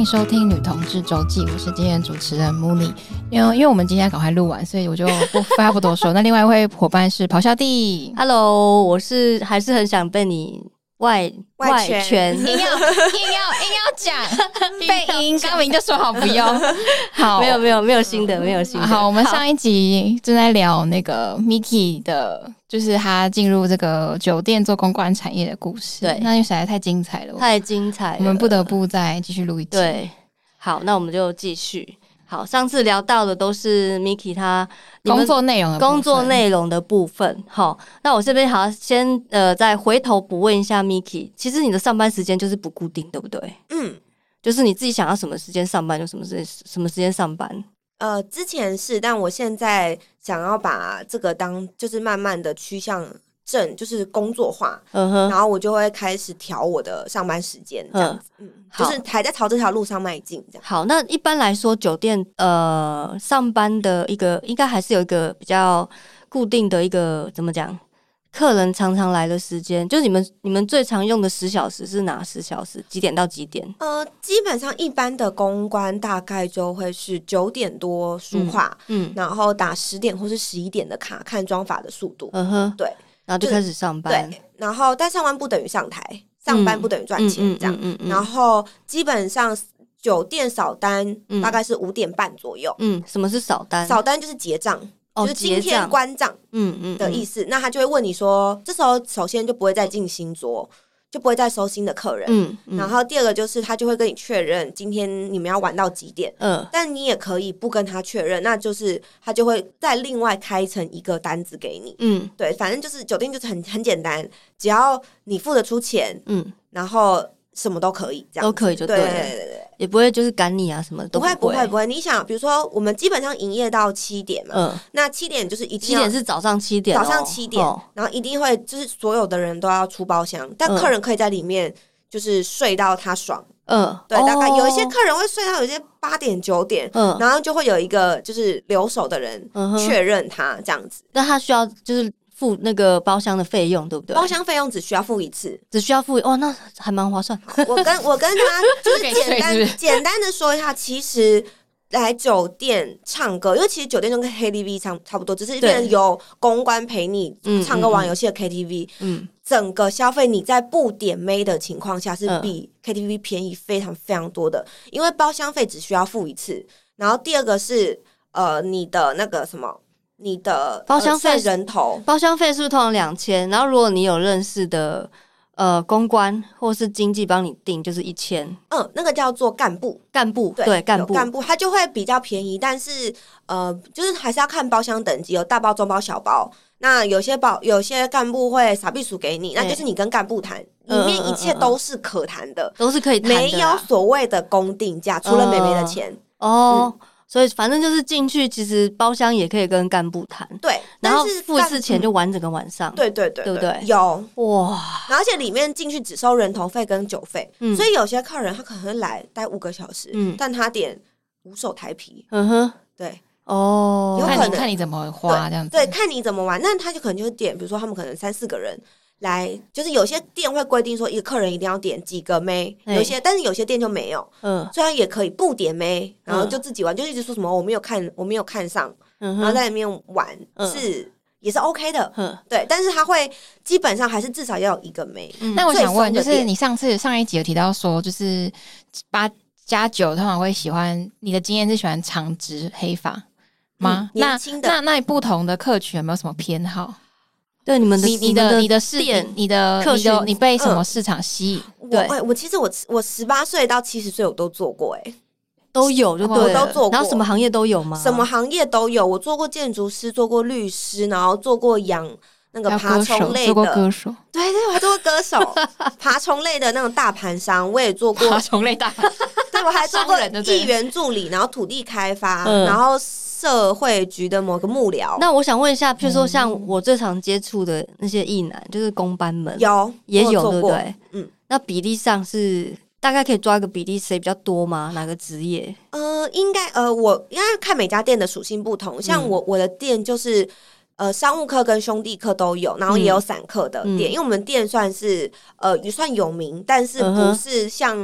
迎收听女同志周记，我是今天的主持人 Mooney。因为我们今天赶快录完，所以我就不多说。那另外一位伙伴是咆哮帝 ，Hello， 我还是很想被你外圈， 硬要讲背音，刚明就说好不用。好， 没有新的，没有新的。 好，我们上一集正在聊那个 Miki 的，就是他进入这个酒店做公关产业的故事。 对， 那因为实在太精彩了， 太精彩了， 我们不得不再继续录一集。 对，好，那我们就继续。好，上次聊到的都是 Miki 他工作内容的部分。好，那我这边好先再回头补问一下 Miki， 其实你的上班时间就是不固定，对不对？就是你自己想要什么时间上班就什么时间上班。 之前是，但我现在想要把这个当就是慢慢的趋向就是工作化，然后我就会开始调我的上班时间，这样子，就是还在朝这条路上迈进，这样。 好，那一般来说，酒店上班的一个应该还是有一个比较固定的一个怎么讲？客人常常来的时间，就是你们最常用的10小时是哪10小时？几点到几点？ 基本上一般的公关大概就会是9点多书画，然后打10点或是11点的卡，看妆法的速度，对。 然后就开始上班， 对，然后但上班不等于上台，上班不等于赚钱，这样。然后基本上酒店扫单大概是5点半左右。 什么是扫单？ 扫单就是结账，就是今天关账的意思。那他就会问你说，这时候首先就不会再进新桌，就不会再收新的客人。然后第二个就是他就会跟你确认今天你们要玩到几点。但你也可以不跟他确认，那就是他就会再另外开成一个单子给你。对，反正就是酒店就是很简单，只要你付得出钱，然后什么都可以，这样都可以就对了，对，也不会就是赶你啊什么的， 不会。你想，比如说我们基本上营业到7点嘛，那7点就是一定要 7点是早上7点， 早上7点，然后一定会就是所有的人都要出包厢，但客人可以在里面就是睡到他爽。对，大概有一些客人会睡到有些8点9点，然后就会有一个就是留守的人确认他这样子。 那他需要就是付那个包厢的费用，对不对？ 包厢费用只需要付一次， 哦，那还蛮划算。 我跟他就是简单的说一下，其实来酒店唱歌，因为其实酒店就跟 KTV 差不多，只是变成有公关陪你唱歌玩游戏的 KTV。整个消费你在不点妹的情况下是比 KTV 便宜非常非常多的，因为包厢费只需要付一次，然后第二个是你的那个什么。你的包厢费人头， 包厢费是不是通常2000？然后如果你有认识的公关或是经纪帮你订，就是1000。 那个叫做干部， 对干部，它就会比较便宜，但是就是还是要看包厢等级，有大包、中包、小包。那有些干部会撒币数给你，那就是你跟干部谈，里面一切都是可谈的， 都是可以谈的， 没有所谓的公定价，除了美眉的钱。 所以反正就是进去，其实包厢也可以跟干部谈， 对， 然后付一次钱就玩整个晚上， 对不对？有哇， 而且里面进去只收人头费跟酒费，所以有些客人他可能会来待5个小时，但他点5手台啤，对， 有可能看你怎么花这样子， 对，看你怎么玩，那他就可能就会点，比如说他们可能3、4个人。来，就是有些店会规定说一个客人一定要点几个妹，但是有些店就没有，所以他也可以不点妹，然后就自己玩，就一直说什么我没有看上，然后在里面玩也是 OK 的，对，但是他会基本上还是至少要有一个妹。 那我想问，就是你上一集有提到说，就是8加9通常会喜欢，你的经验是喜欢长直黑发吗？ 年轻的那不同的客群有没有什么偏好？ 对你的店，你被什么市场吸引？ 我其实我18岁到70岁我都做过， 都有就对了， 我都做过。 然后什么行业都有吗？ 什么行业都有，我做过建筑师，做过律师，然后做过养那个爬虫类的， 做过歌手， 对，我还做过歌手，爬虫类的那种大盘商，我也做过爬虫类大盘， 对，我还做过议员助理，然后土地开发，然后社会局的某个幕僚。 那我想问一下，譬如说像我最常接触的那些役男，就是公班们，也有对不对？那比例上是大概可以抓一个比例，谁比较多吗？哪个职业？ 应该我应该看每家店的属性不同，像我的店就是商务客跟兄弟客都有，然后也有散客的店，因为我们店算是也算有名，但是不是像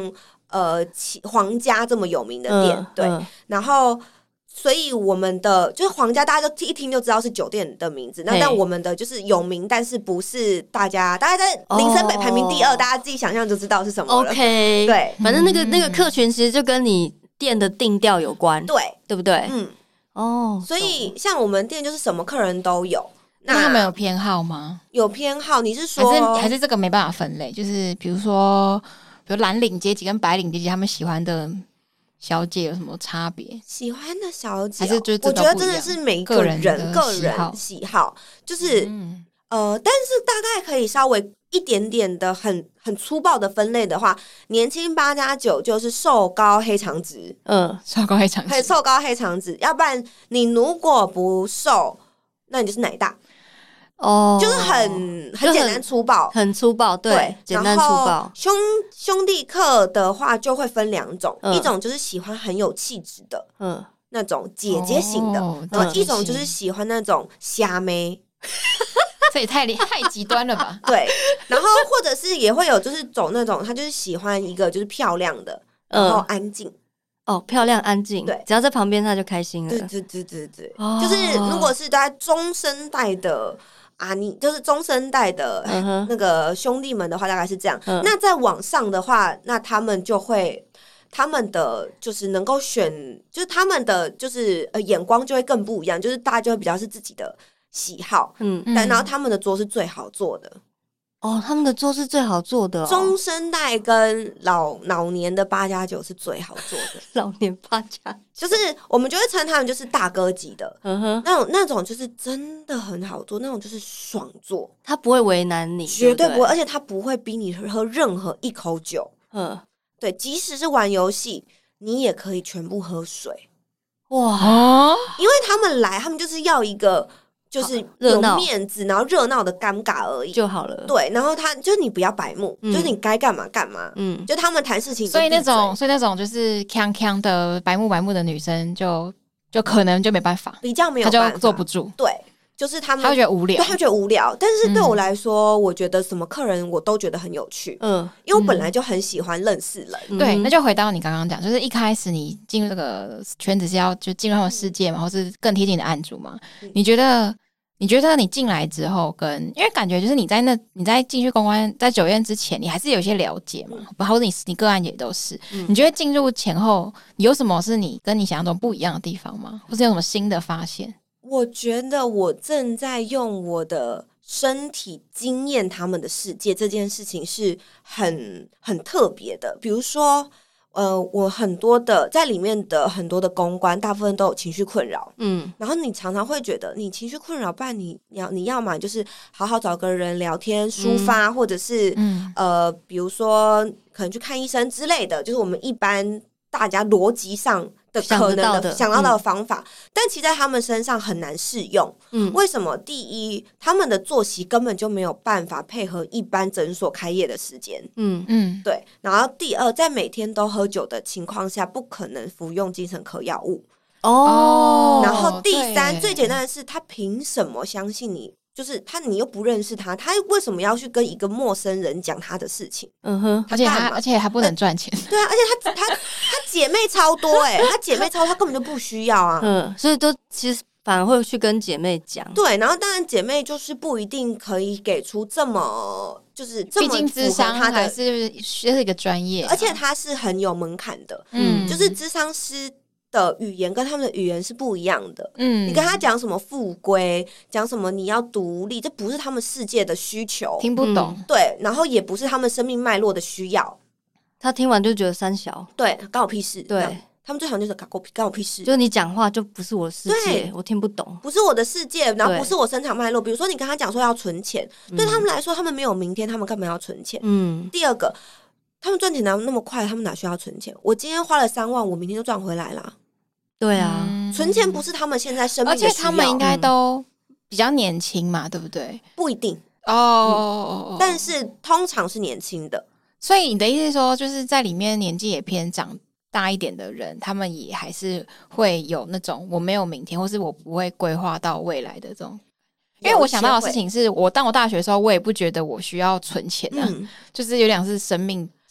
皇家这么有名的店，对，然后。所以我们的就是皇家，大家就一听就知道是酒店的名字。那但我们的就是有名，但是不是大家在林森北排名第2，大家自己想象就知道是什么了。 OK， 对， 反正那个客群其实就跟你店的定调有关，对不对？ 所以像我们店就是什么客人都有。 那他们有偏好吗？ 有偏好，你是说还是这个没办法分类？就是比如蓝领阶级跟白领阶级，他们喜欢的小姐有什么差别？ 喜欢的小姐， 还是就是我觉得真的是每个人个人喜好，就是但是大概可以稍微一点点的很粗暴的分类的话，年轻8+9就是瘦高黑长直， 瘦高黑长直， 瘦高黑长直，要不然你如果不瘦，那你就是奶大。就是很简单粗暴， 很粗暴，对，简单粗暴。 兄弟客的话就会分2种，一种就是喜欢很有气质的，那种姐姐型的，然后一种就是喜欢那种虾妹， 这也太极端了吧？ 对，然后或者是也会有就是走那种他就是喜欢一个就是漂亮的，然后安静。 漂亮安静， 对， 只要在旁边他就开心了。 对，就是如果是大家中生代的。你就是中生代的那个兄弟们的话，大概是这样。那在网上的话，那他们就会，他们的就是能够选，就是他们的就是眼光就会更不一样，就是大家就会比较是自己的喜好，然后他们的桌是最好做的。 他们的桌是最好做的。 中生代跟老年的8+9是最好做的。 老年8+9 就是我们就会称他们就是大哥级的，那种就是真的很好做，那种就是爽做， 他不会为难你， 绝对不会，而且他不会逼你喝任何一口酒。对，即使是玩游戏，你也可以全部喝水。哇，因为他们来，他们就是要一个。就是有面子，然后热闹的尴尬而已就好了。 对，然后就是你不要白目，就是你该干嘛干嘛。就他们谈事情， 所以那种就是锵锵的白目的女生就可能就没办法， 比较没有办法， 她就坐不住。 对，就是他们会觉得无聊， 对，他觉得无聊。但是对我来说，我觉得什么客人我都觉得很有趣。因为我本来就很喜欢认识人。 对，那就回到你刚刚讲，就是一开始你进入这个圈子是要就进入他们世界嘛，或是更贴近你的案主嘛？你觉得你进来之后因为感觉就是你在进去公关在酒店之前，你还是有一些了解嘛，包括你个案也都是。你觉得进入前后，你有什么是你跟你想象中不一样的地方吗？或是有什么新的发现？ 我觉得我正在用我的身体经验他们的世界，这件事情是很特别的。比如说我很多的在里面的很多的公关，大部分都有情绪困扰，然后你常常会觉得你情绪困扰，不然你要嘛就是好好找个人聊天抒发，或者是比如说可能去看医生之类的，就是我们一般大家逻辑上的可能的想到的方法，但其实在他们身上很难适用。为什么？第一，他们的作息根本就没有办法配合一般诊所开业的时间。对。然后第二，在每天都喝酒的情况下，不可能服用精神科药物。然后第三，最简单的是，他凭什么相信你？就是你又不认识他为什么要去跟一个陌生人讲他的事情？ 而且还不能赚钱。 对啊，而且他姐妹超多他姐妹超多，他根本就不需要啊。 所以都其实反而会去跟姐妹讲。 对，然后当然姐妹就是不一定可以给出这么就是这么， 毕竟諮商还是一个专业， 而且他是很有门槛的。就是諮商师的语言跟他们的语言是不一样的。你跟他讲什么复归，讲什么你要独立，这不是他们世界的需求， 听不懂。 对，然后也不是他们生命脉络的需要， 他听完就觉得三小， 对，关我屁事。 对， 他们最常就是关我屁事， 就你讲话就不是我的世界，我听不懂， 不是我的世界，然后不是我生产脉络。比如说你跟他讲说要存钱，对他们来说，他们没有明天，他们干嘛要存钱？第二个，他们赚钱哪那么快？他们哪需要存钱？我今天花了3万，我明天就赚回来了。 对啊， 存钱不是他们现在生命的需要， 而且他们应该都比较年轻嘛，对不对？ 不一定但是通常是年轻的。 所以你的意思是说，就是在里面年纪也偏长大一点的人，他们也还是会有那种我没有明天，或是我不会规划到未来的这种。因为我想到的事情是，当我大学的时候，我也不觉得我需要存钱啊，就是有点是生命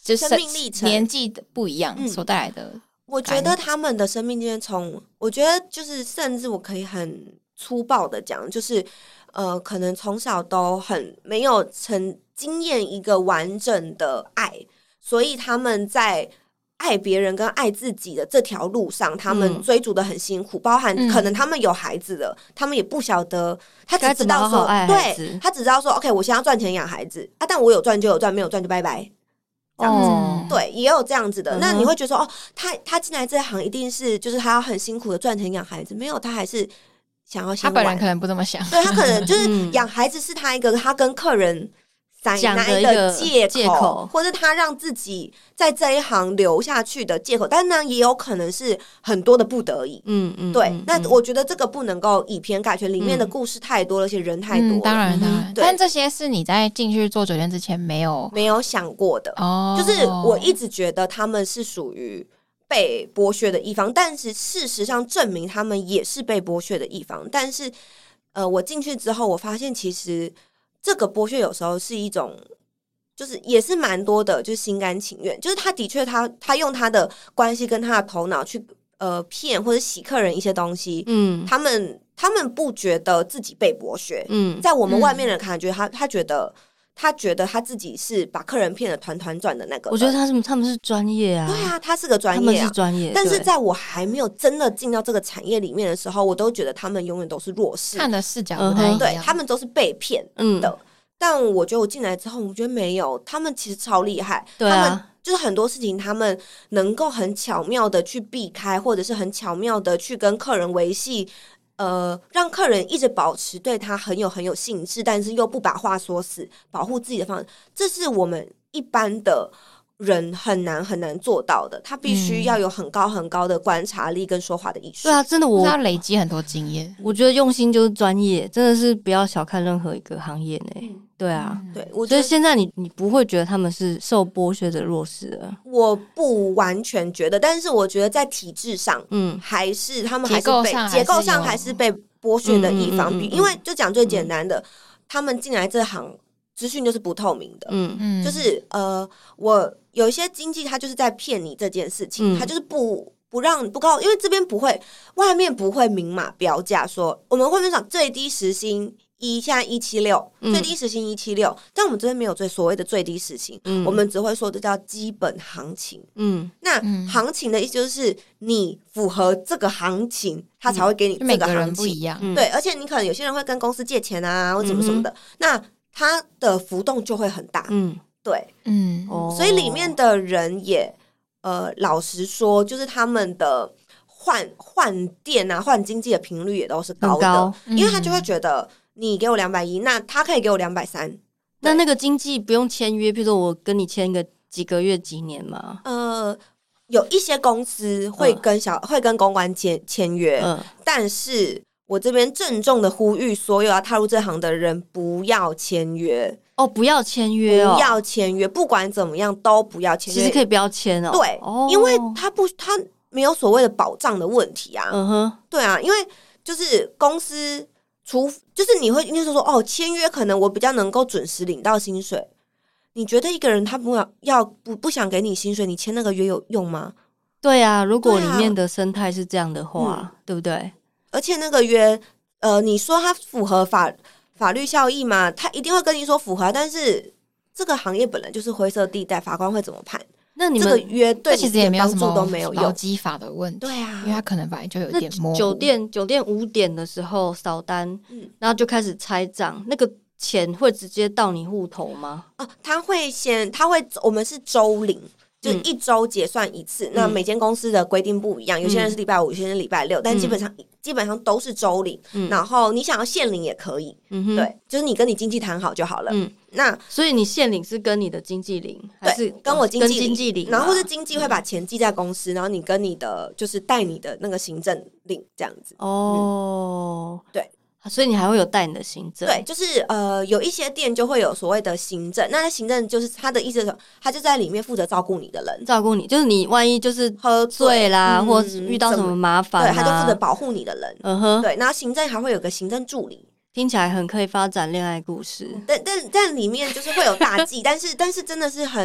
就是生命历程年纪的不一样所带来的。 我觉得他们的生命经验我觉得就是甚至我可以很粗暴的讲，就是可能从小都很没有经验一个完整的爱，所以他们在爱别人跟爱自己的这条路上，他们追逐的很辛苦，包含可能他们有孩子了，他们也不晓得，他只知道说，对，他只知道说 OK 我现在要赚钱养孩子啊，但我有赚就有赚，没有赚就拜拜这样子。对，也有这样子的。那你会觉得说他进来这行一定是就是他要很辛苦的赚钱养孩子，没有，他还是想要先玩。 他本人可能不这么想， 对，他可能就是养孩子是他一个他跟客人讲的一个借口，或者他让自己在这一行留下去的借口，但呢也有可能是很多的不得已。对。那我觉得这个不能够以偏概全，里面的故事太多了，而且人太多了。 当然。但这些是你在进去做酒店之前没有想过的。就是我一直觉得他们是属于被剥削的一方，但是事实上证明他们也是被剥削的一方。但是我进去之后，我发现其实这个剥削有时候是一种，就是也是蛮多的，就是心甘情愿。就是他的确他用他的关系跟他的头脑去骗或者洗客人一些东西。他们不觉得自己被剥削。在我们外面人看，觉得他觉得他自己是把客人骗得团团转的那个。 我觉得他们是专业啊。 对啊，他是个专业啊， 他们是专业。 但是在我还没有真的进到这个产业里面的时候，我都觉得他们永远都是弱势， 看的视角不太一样。 对，他们都是被骗的。但我觉得我进来之后，我觉得没有，他们其实超厉害。 对啊， 他们就是很多事情，他们能够很巧妙的去避开，或者是很巧妙的去跟客人维系。让客人一直保持对他很有兴致，但是又不把话说死，保护自己的方式，这是我们一般的人很难做到的。他必须要有很高的观察力跟说话的艺术。 对啊，真的我要累积很多经验。 我觉得用心就是专业，真的是不要小看任何一个行业呢。对啊， 对， 所以现在你不会觉得他们是受剥削的弱势了？ 我不完全觉得，但是我觉得在体制上，还是他们还是结构上还是被剥削的一方。因为就讲最简单的，他们进来这行资讯就是不透明的。就是我有一些经纪他就是在骗你这件事情，他就是不让不告，因为这边不会，外面不会明码标价说我们外面讲最低时薪。现在176，最低时薪176，但我们这边没有所谓的最低时薪，我们只会说这叫基本行情。那行情的意思就是你符合这个行情，他才会给你这个行情。 不一样。 对，而且你可能有些人会跟公司借钱啊，或什么什么的，那它的浮动就会很大。对，所以里面的人也老实说，就是他们的换店啊、换经纪的频率也都是高的，因为他就会觉得。你给我210，那他可以给我230。 那个经纪不用签约，譬如说我跟你签个几个月、几年吗？ 有一些公司会跟公关签约，但是我这边郑重的呼吁所有要踏入这行的人不要签约。 不要签约哦， 不要签约，不管怎么样都不要签约。 其实可以不要签哦。 对，因为他没有所谓的保障的问题啊。对啊，因为就是公司。就是你会应该说签约可能我比较能够准时领到薪水。你觉得一个人他不想给你薪水，你签那个约有用吗？ 对啊，如果里面的生态是这样的话，对不对？ 而且那个约你说它符合法律效益嘛，他一定会跟你说符合，但是这个行业本来就是灰色地带，法官会怎么判？ 那你们这个约对其实也没有什么都没有劳基法的问题。 对啊， 因为他可能本来就有一点模糊。 酒店5点的时候扫单，然后就开始拆账，那个钱会直接到你户头吗？ 我们是周领，就1周结算一次。那每间公司的规定不一样，有些人是礼拜5，有些人是礼拜6，但基本上都是周领。然后你想要现领也可以，对，就是你跟你经纪谈好就好了。那所以你现领是跟你的经纪领，还是跟我经纪领？ 然后或是经纪会把钱寄在公司，然后你跟你的就是带你的那个行政领这样子。对。 所以你还会有带你的行政？ 对，就是有一些店就会有所谓的行政，那行政就是他的意思是，他就在里面负责照顾你的人， 照顾你，就是你万一就是喝醉啦，或遇到什么麻烦， 对，他就负责保护你的人。对，然后行政还会有个行政助理， 听起来很可以发展恋爱故事。 但里面就是会有大忌，但是真的是很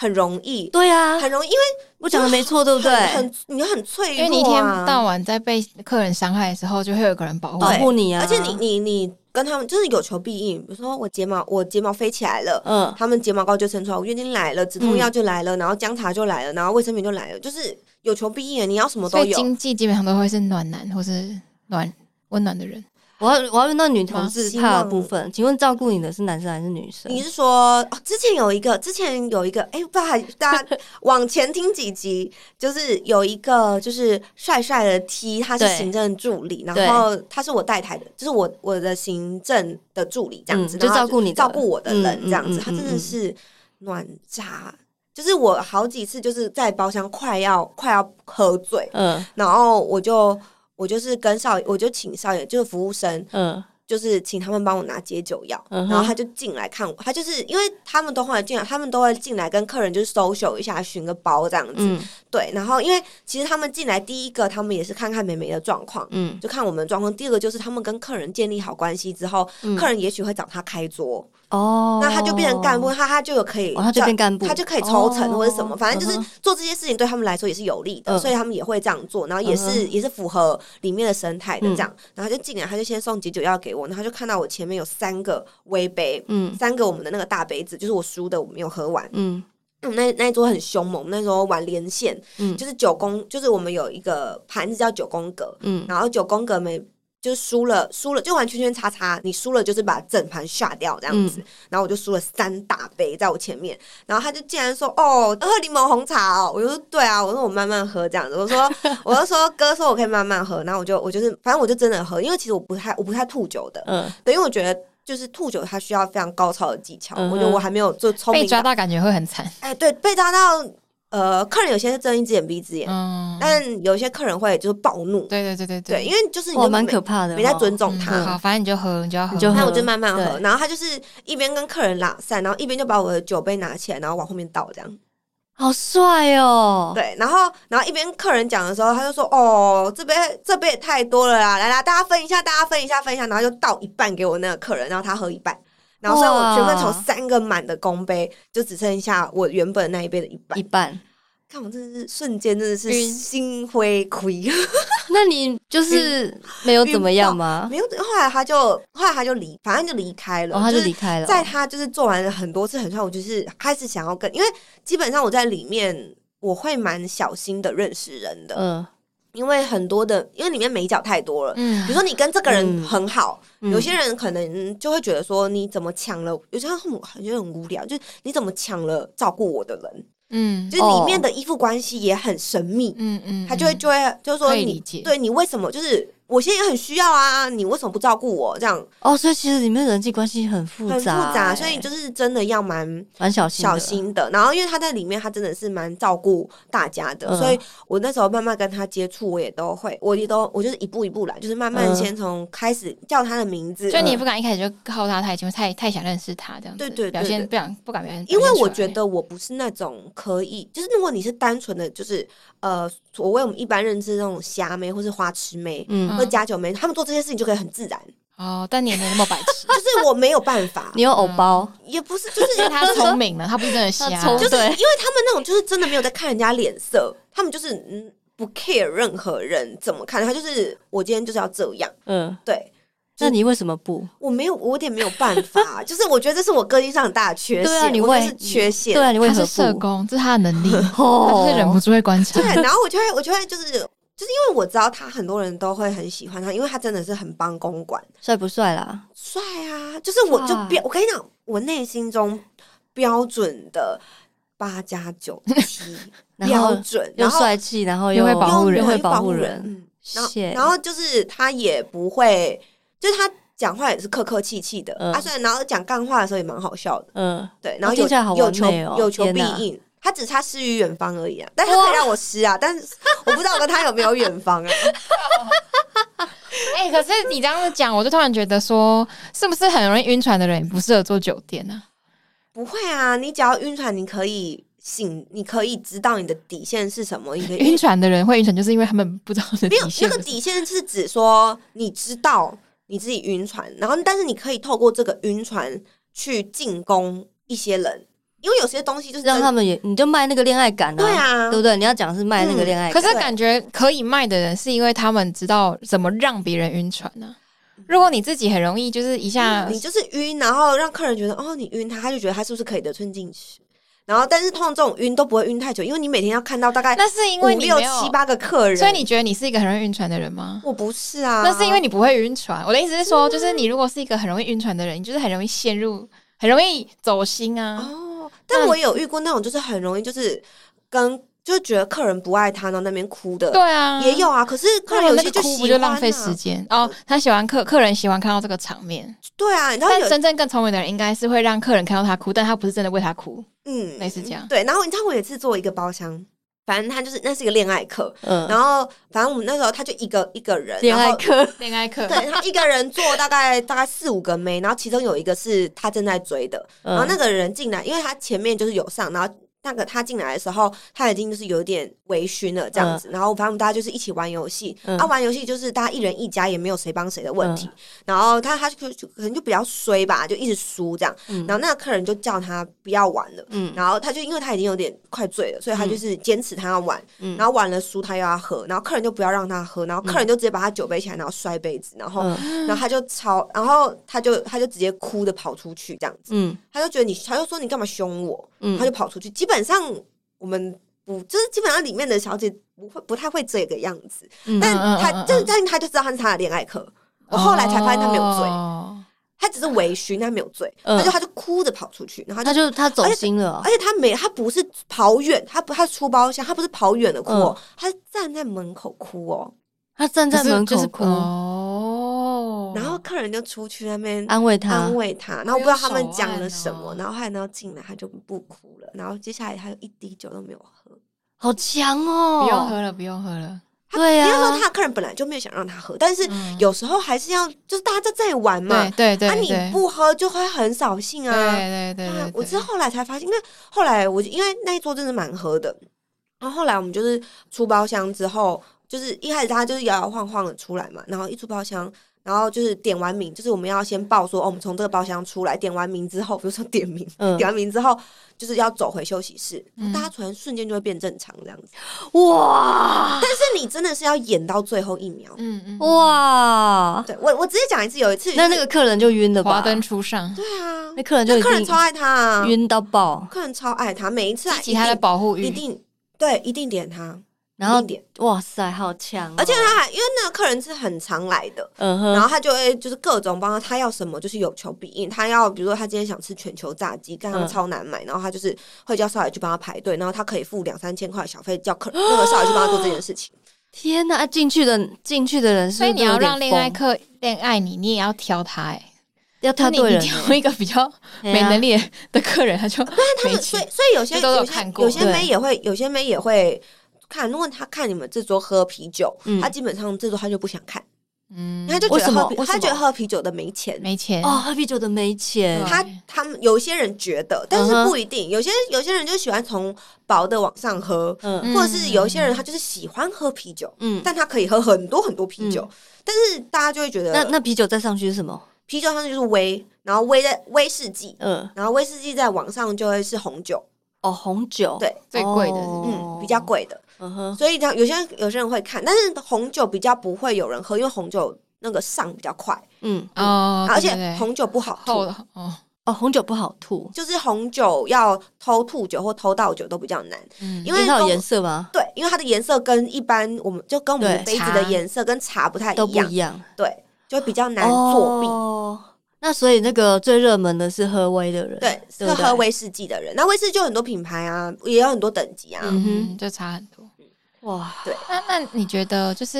很容易， 对啊， 很容易，因为我讲的没错，对不对？ 你很脆弱， 因为你一天到晚在被客人伤害的时候，就会有个人保护你啊。 而且你跟他们就是有求必应，比如说我睫毛飞起来了，他们睫毛膏就生出来，我月经来了，止痛药就来了，然后姜茶就来了，然后卫生棉就来了，就是有求必应，你要什么都有。 所以经济基本上都会是暖男或是温暖的人。 我要问到女同志怕的部分，请问照顾你的是男生还是女生？ 你是说之前有一个，不知道大家往前听几集，就是有一个就是帅帅的 T， 他是行政助理，然后他是我带台的，就是我的行政的助理这样子， 就照顾你照顾我的人这样子，他真的是暖渣。就是我好几次就是在包厢快要喝醉，然后我就是跟我就请少爷，就是服务生，就是请他们帮我拿解酒药，然后他就进来看我，他就是因为他们都会进来跟客人就是 social 一下，寻个包这样子，对，然后因为其实他们进来第一个，他们也是看看妹妹的状况，就看我们的状况，第二个就是他们跟客人建立好关系之后，客人也许会找他开桌。那他就变成干部，他就有可以， 他就变干部， 他就可以抽成或者什么，反正就是做这些事情对他们来说也是有利的，所以他们也会这样做，然后也是符合里面的生态的这样。然后他就进来，他就先送解酒药给我，然后他就看到我前面有3个微杯，3个我们的那个大杯子，就是我输的我没有喝完，那一桌很凶猛，那时候玩连线，就是9宫，就是我们有一个盘子叫9宫格，然后9宫格就是输了就玩圈圈叉叉，你输了就是把整盘下掉这样子，然后我就输了3大杯在我前面，然后他就竟然说喝柠檬红茶哦，我就说对啊，我说我慢慢喝这样子，我就说哥说我可以慢慢喝，然后我就是反正我就真的喝，因为其实我不太吐酒的，对，因为我觉得就是吐酒它需要非常高超的技巧，我觉得我还没有做聪明， 被抓到感觉会很惨， 对，被抓到。客人有些是睁一只眼闭一只眼，但有些客人会就是暴怒，对，因为就是你蛮可怕的， 没在尊重他。 好，反正你就喝， 那我就慢慢喝，然后他就是一边跟客人拉散，然后一边就把我的酒杯拿起来，然后往后面倒，这样。 好帅哦！ 对，然后一边客人讲的时候，他就说：“这杯也太多了啦，来啦，大家分一下，然后就倒一半给我那个客人，然后他喝一半。”然后所以我全部从3个满的公杯，就只剩下我原本那一杯的一半。看我真的是瞬间真的是心灰灰。 那你就是没有怎么样吗？ 没有，后来他就反正就离开了。 他就离开了。 在他就是做完了很多次很帅，我就是开始想要因为基本上我在里面我会蛮小心的认识人的。因为因为里面美角太多了，比如说你跟这个人很好，有些人可能就会觉得说你怎么抢了，有些人很无聊，就是你怎么抢了照顾我的人，就是里面的依附关系也很神秘，他就会就是说你为什么就是我现在也很需要啊，你为什么不照顾我这样？ 所以其实里面人际关系很复杂， 所以就是真的要蛮小心的。然后因为他在里面，他真的是蛮照顾大家的，所以我那时候慢慢跟他接触，我就是一步一步来，就是慢慢先从开始叫他的名字， 所以你也不敢一开始就靠他太近，太想认识他这样子，对，表现不敢表现， 因为我觉得我不是那种可以，就是如果你是单纯的就是所谓我们一般认知那种虾妹或是花痴妹，或加酒妹，他们做这些事情就可以很自然。 但你也没那么白痴， 就是我没有办法。 你有偶包， 也不是，就是因为他聪明了，他不是真的瞎， 就是因为他们那种就是真的没有在看人家脸色，他们就是不 care 任何人怎么看，他就是我今天就是要这样，对。 那你为什么不？ 我有点没有办法，就是我觉得这是我个性上很大的缺陷， 对啊，你是缺陷， 对啊，你为何不？ 他是社工，这是他的能力，他就是忍不住会观察。 对，然后我就会就是因为我知道他很多人都会很喜欢他，因为他真的是很帮公关。 帅不帅啦？ 帅啊！就是我跟你讲，我内心中标准的8+9+7标准， 又帅气，然后又会保护人， 然后就是他也不会，就是他讲话也是客客气气的，虽然然后讲干话的时候也蛮好笑的，对，然后有求必应。他只差诗与远方而已啊，但他可以让我诗啊，但是我不知道我跟他有没有远方啊。 可是你这样子讲，我就突然觉得说，是不是很容易晕船的人不适合做酒店呢？ 不会啊，你只要晕船，你可以知道你的底线是什么。 晕船的人会晕船，就是因为他们不知道的底线。 那个底线是指说，你知道你自己晕船，然后但是你可以透过这个晕船去进攻一些人。 因为有些东西就是让他们也，你就卖那个恋爱感啊， 对啊， 对不对？你要讲是卖那个恋爱感， 可是感觉可以卖的人是因为他们知道怎么让别人晕船呢？如果你自己很容易就是一下， 你就是晕，然后让客人觉得哦你晕他就觉得他是不是可以得寸进尺。然后，但是通常这种晕都不会晕太久，因为你每天要看到大概那是因为你 5、6、7、8个客人， 所以你觉得你是一个很容易晕船的人吗？ 我不是啊， 那是因为你不会晕船。我的意思是说，就是你如果是一个很容易晕船的人，你就是很容易陷入，很容易走心啊。 哦，但我有遇过那种就是很容易就是就觉得客人不爱他，然后那边哭的， 对啊， 也有啊。可是客人有些就哭不就浪费时间哦。他喜欢客人喜欢看到这个场面， 对啊。 但真正更聪明的人应该是会让客人看到他哭，但他不是真的为他哭，类似这样。 对，然后你知道我有一次做一个包厢，反正他就是那是一个恋爱课，然后反正我们那时候他就一个人恋爱课， 对他一个人做大概4、5个妹，然后其中有一个是他正在追的，然后那个人进来，因为他前面就是有上，然后。那个他进来的时候，他已经就是有点微醺了这样子，然后反正我们大家就是一起玩游戏，玩游戏就是大家一人一家，也没有谁帮谁的问题。然后他就可能就比较衰吧，就一直输这样。然后那个客人就叫他不要玩了，然后他就因为他已经有点快醉了，所以他就是坚持他要玩，然后玩了输他又要喝，然后客人就不要让他喝，然后客人就直接把他酒杯起来，然后摔杯子，然后他就然后他就直接哭的跑出去这样子，他就觉得他就说你干嘛凶我，他就跑出去。基本上我们就是基本上里面的小姐不太会这个样子，但他就知道他是他的恋爱课。我后来才发现他没有醉，他只是微醺，他没有醉，他就哭着跑出去，然后他走心了， 而且他不是跑远，他出包厢，他不是跑远的哭，他站在门口哭哦， 他站在门口哭然后客人就出去那边安慰他， 然后我不知道他们讲了什么，然后后来进来他就不哭了，然后接下来他就一滴酒都没有喝， 好强哦！ 不用喝了。 对啊， 应该说他的客人本来就没有想让他喝，但是有时候还是要，就是大家在这里玩嘛， 对， 你不喝就会很扫兴啊。 对。 我是后来才发现，因为后来因为那一桌真的蛮喝的，然后后来我们就是出包厢之后，就是一开始他就是摇摇晃晃的出来嘛，然后一出包厢。然后就是点完名，就是我们要先报说，我们从这个包厢出来，点完名之后，比如说点名，点完名之后，就是要走回休息室，大家突然瞬间就会变正常这样子， 哇！ 但是你真的是要演到最后1秒， 哇！ 对我直接讲一次，有一次， 那个客人就晕了吧？ 华灯初上， 对啊， 那客人超爱他啊， 晕到爆， 客人超爱他，每一次激起他的保护欲， 一定点他。 然后哇塞，好强！ 而且他还因为那个客人是很常来的，然后他就会就是各种帮他要什么就是有求必应。他要比如说他今天想吃全球炸鸡，但他们超难买，然后他就是会叫少爷去帮他排队，然后他可以付2、3千块小费，叫那个少爷去帮他做这件事情。 天哪！进去的人是不是， 所以你要让恋爱客恋爱你也要挑他要挑对人， 你挑一个比较没能力的客人，他就没钱。 所以有些妹也会。看，如果他看你们这桌喝啤酒，他基本上这桌他就不想看，他就觉得他觉得喝啤酒的没钱哦，喝啤酒的没钱。 他们有些人觉得，但是不一定，有些人就喜欢从薄的往上喝，或者是有些人他就是喜欢喝啤酒，但他可以喝很多很多啤酒，但是大家就会觉得， 那啤酒再上去是什么？ 啤酒上去就是威，然后威士忌，然后威士忌再往上就会是红酒。 哦，红酒对， 最贵的， 比较贵的，所以有些人会看，但是红酒比较不会有人喝，因为红酒那个上比较快，而且红酒不好吐， 红酒不好吐， 就是红酒要偷吐酒或偷倒酒都比较难，因为它有颜色吗？ 对，因为它的颜色跟一般跟我们杯子的颜色跟茶不太一样， 都不一样， 对，就比较难作弊。 那所以那个最热门的是喝威的人， 对，是喝威士忌的人。那威士忌就有很多品牌啊，也有很多等级啊， 就差很多。 哇， 对。 那你觉得就是，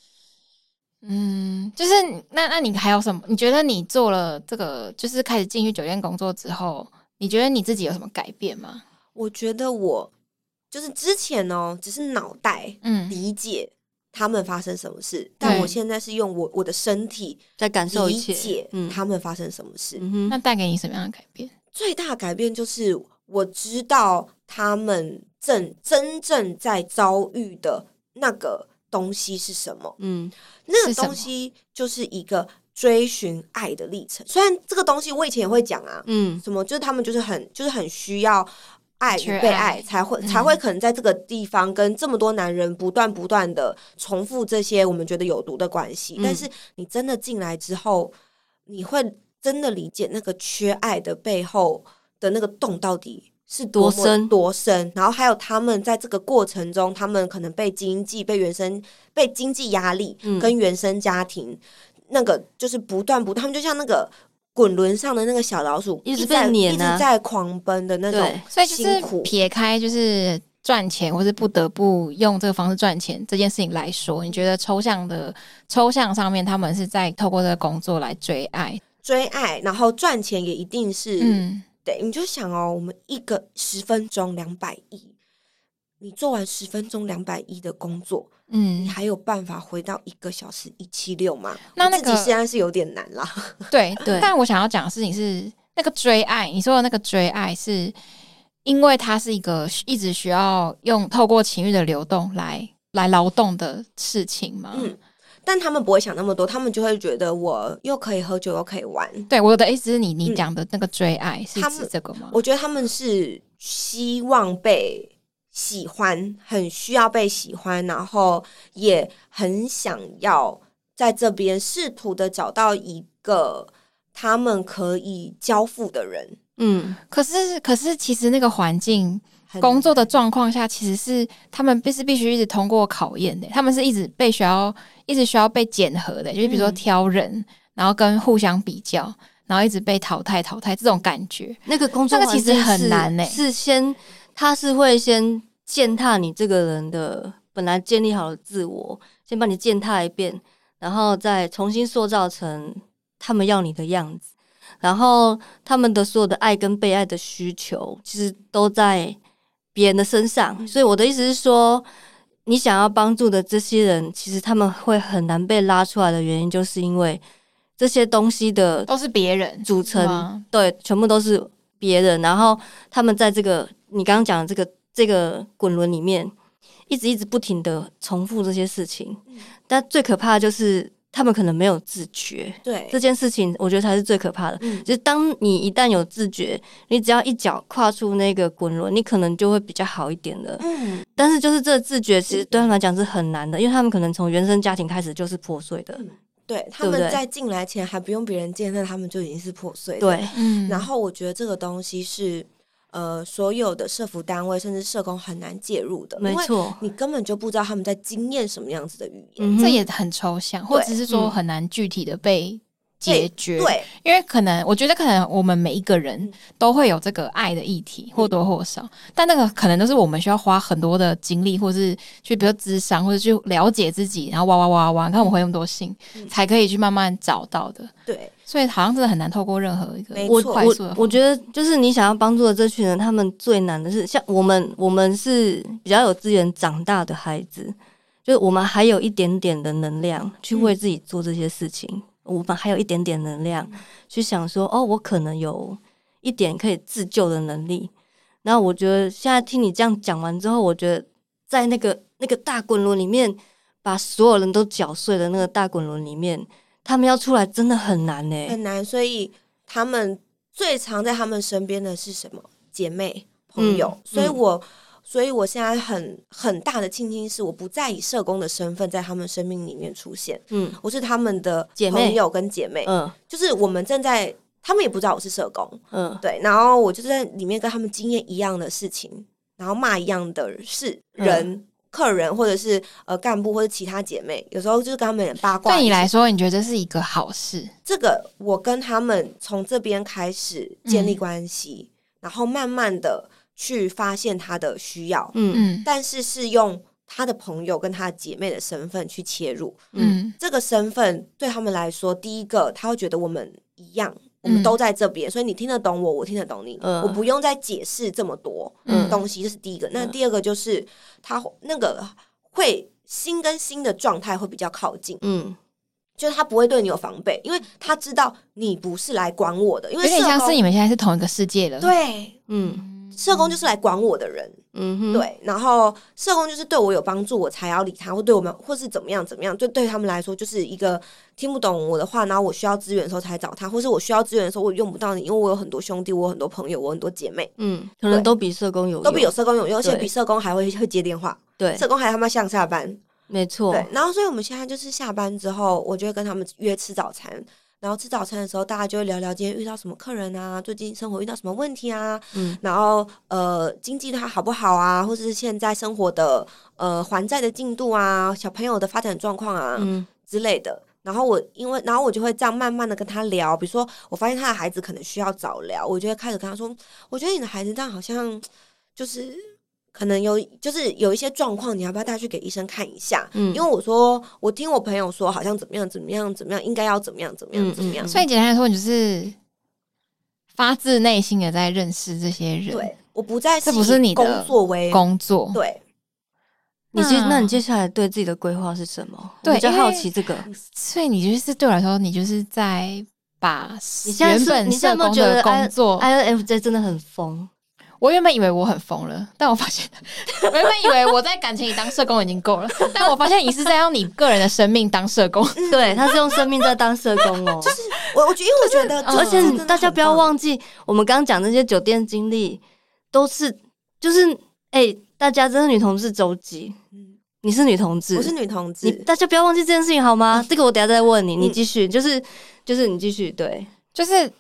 就是那你还有什么？你觉得你做了这个，就是开始进去酒店工作之后，你觉得你自己有什么改变吗？ 我觉得我就是之前只是脑袋理解。他们发生什么事，但我现在是用我的身体在感受一切， 理解他们发生什么事。 那带给你什么样的改变？ 最大的改变就是我知道他们真正在遭遇的那个东西是什么。那个东西就是一个追寻爱的历程。虽然这个东西我以前也会讲啊，什么就是他们就是很需要爱与被爱才会可能在这个地方跟这么多男人不断的重复这些我们觉得有毒的关系。但是你真的进来之后，你会真的理解那个缺爱的背后的那个洞到底是多深，然后还有他们在这个过程中，他们可能被经济压力跟原生家庭那个就是不断，他们就像那个滚轮上的那个小老鼠， 一直被碾一直在狂奔的那种辛苦。 所以就是撇开就是赚钱或是不得不用这个方式赚钱这件事情来说，你觉得抽象上面他们是在透过这个工作来追爱， 然后赚钱也一定是对，你就想哦，我们一个10分钟200亿，你做完10分钟200亿的工作，你还有办法回到1个小时176吗？那自己现在是有点难啦。 对，但我想要讲的事情是，那个追爱，你说的那个追爱，是因为它是一个一直需要透过情欲的流动来劳动的事情吗？ 但他们不会想那么多，他们就会觉得我又可以喝酒又可以玩。 对，我的意思是你讲的那个追爱是指这个吗？ 我觉得他们是希望被喜欢，很需要被喜欢，然后也很想要在这边试图的找到一个他们可以交付的人。 可是其实那个环境工作的状况下，其实是他们必须一直通过考验的，他们是一直需要被检核的，就是比如说挑人，然后跟互相比较，然后一直被淘汰这种感觉。 那个工作环境其实很难他是会先践踏你这个人的本来建立好的自我，先把你践踏一遍，然后再重新塑造成他们要你的样子，然后他们的所有的爱跟被爱的需求其实都在别人的身上。所以我的意思是说，你想要帮助的这些人，其实他们会很难被拉出来的原因，就是因为这些东西的都是别人组成，对，全部都是别人，然后他们在这个你刚刚讲的这个滚轮里面一直不停的重复这些事情，但最可怕的就是他们可能没有自觉。 对， 这件事情我觉得才是最可怕的。就是当你一旦有自觉，你只要一脚跨出那个滚轮，你可能就会比较好一点的。但是就是这个自觉其实对他们来讲是很难的，因为他们可能从原生家庭开始就是破碎的。 对，他们在进来前还不用别人见证，他们就已经是破碎的。 对， 然后我觉得这个东西是所有的社福单位甚至社工很难介入的， 没错， 你根本就不知道他们在经验什么样子的语言， 这也很抽象，或者是说很难具体的被解决。 对， 因为我觉得可能我们每一个人都会有这个爱的议题，或多或少，但那个可能都是我们需要花很多的精力，或是去比如咨商，或者去了解自己，然后挖，看我们回那么多信，才可以去慢慢找到的。 对， 所以好像真的很难透过任何一个快速的。 我觉得就是你想要帮助的这群人，他们最难的是像我们是比较有资源长大的孩子，就是我们还有一点点的能量去为自己做这些事情。我们还有一点点能量去想说，我可能有一点可以自救的能力。然后我觉得现在听你这样讲完之后，我觉得在那个大滚轮里面，把所有人都搅碎的那个大滚轮里面，他们要出来真的很难很难。所以他们最常在他们身边的是什么？姐妹、朋友。所以我现在很大的庆幸是，我不再以社工的身份在他们生命里面出现。我是他们的朋友跟姐妹。就是我们他们也不知道我是社工。对，然后我就在里面跟他们经验一样的事情，然后骂一样的人。客人或者是干部或者其他姐妹，有时候就是跟他们八卦。 对你来说，你觉得这是一个好事？ 这个我跟他们从这边开始建立关系，然后慢慢的去发现他的需要，但是用他的朋友跟他的姐妹的身份去切入，这个身份对他们来说，第一个他会觉得我们一样。我们都在这边，所以你听得懂我，我听得懂你，我不用再解释这么多东西，这是第一个。那第二个就是他那个会心跟心的状态会比较靠近，就是他不会对你有防备，因为他知道你不是来管我的，因为有点像是你们现在是同一个世界了。 对， 社工就是来管我的人，对，然后社工就是对我有帮助我才要理他，或对我们或是怎么样，就对他们来说就是一个听不懂我的话，然后我需要资源的时候才找他，或是我需要资源的时候我用不到你，因为我有很多兄弟，我有很多朋友，我有很多姐妹， 可能都比社工有用， 都比有社工有用，而且比社工还会接电话， 对， 社工还他妈上下班， 没错， 对，然后所以我们现在就是下班之后，我就会跟他们约吃早餐。然后吃早餐的时候，大家就会聊聊今天遇到什么客人啊，最近生活遇到什么问题啊，然后经济它好不好啊，或者是现在生活的还债的进度啊，小朋友的发展状况啊，之类的。然后我就会这样慢慢的跟他聊，比如说我发现他的孩子可能需要早疗，我就会开始跟他说，我觉得你的孩子这样好像就是可能有一些状况，你要不要带去给医生看一下？因为我听我朋友说，好像怎么样，应该要怎么样。 所以简单来说，你就是发自内心的在认识这些人。 对，我不再这不是你的工作为工作。 对， 那你接下来对自己的规划是什么？对，我比较好奇这个。 所以你就是对我来说，你就是在把原本社工的工作 ，INFJ 真的很疯。 我原本以为我很疯了，但我发现，我原本以为我在感情里当社工已经够了，但我发现你是在用你个人的生命当社工。 对，他是用生命在当社工哦。 就是因为我觉得， 而且大家不要忘记，我们刚刚讲那些酒店经历，都是大家真的女同志周记。你是女同志， 我是女同志， 大家不要忘记这件事情好吗？这个我等一下再问你，你继续，就是你继续，对， 就是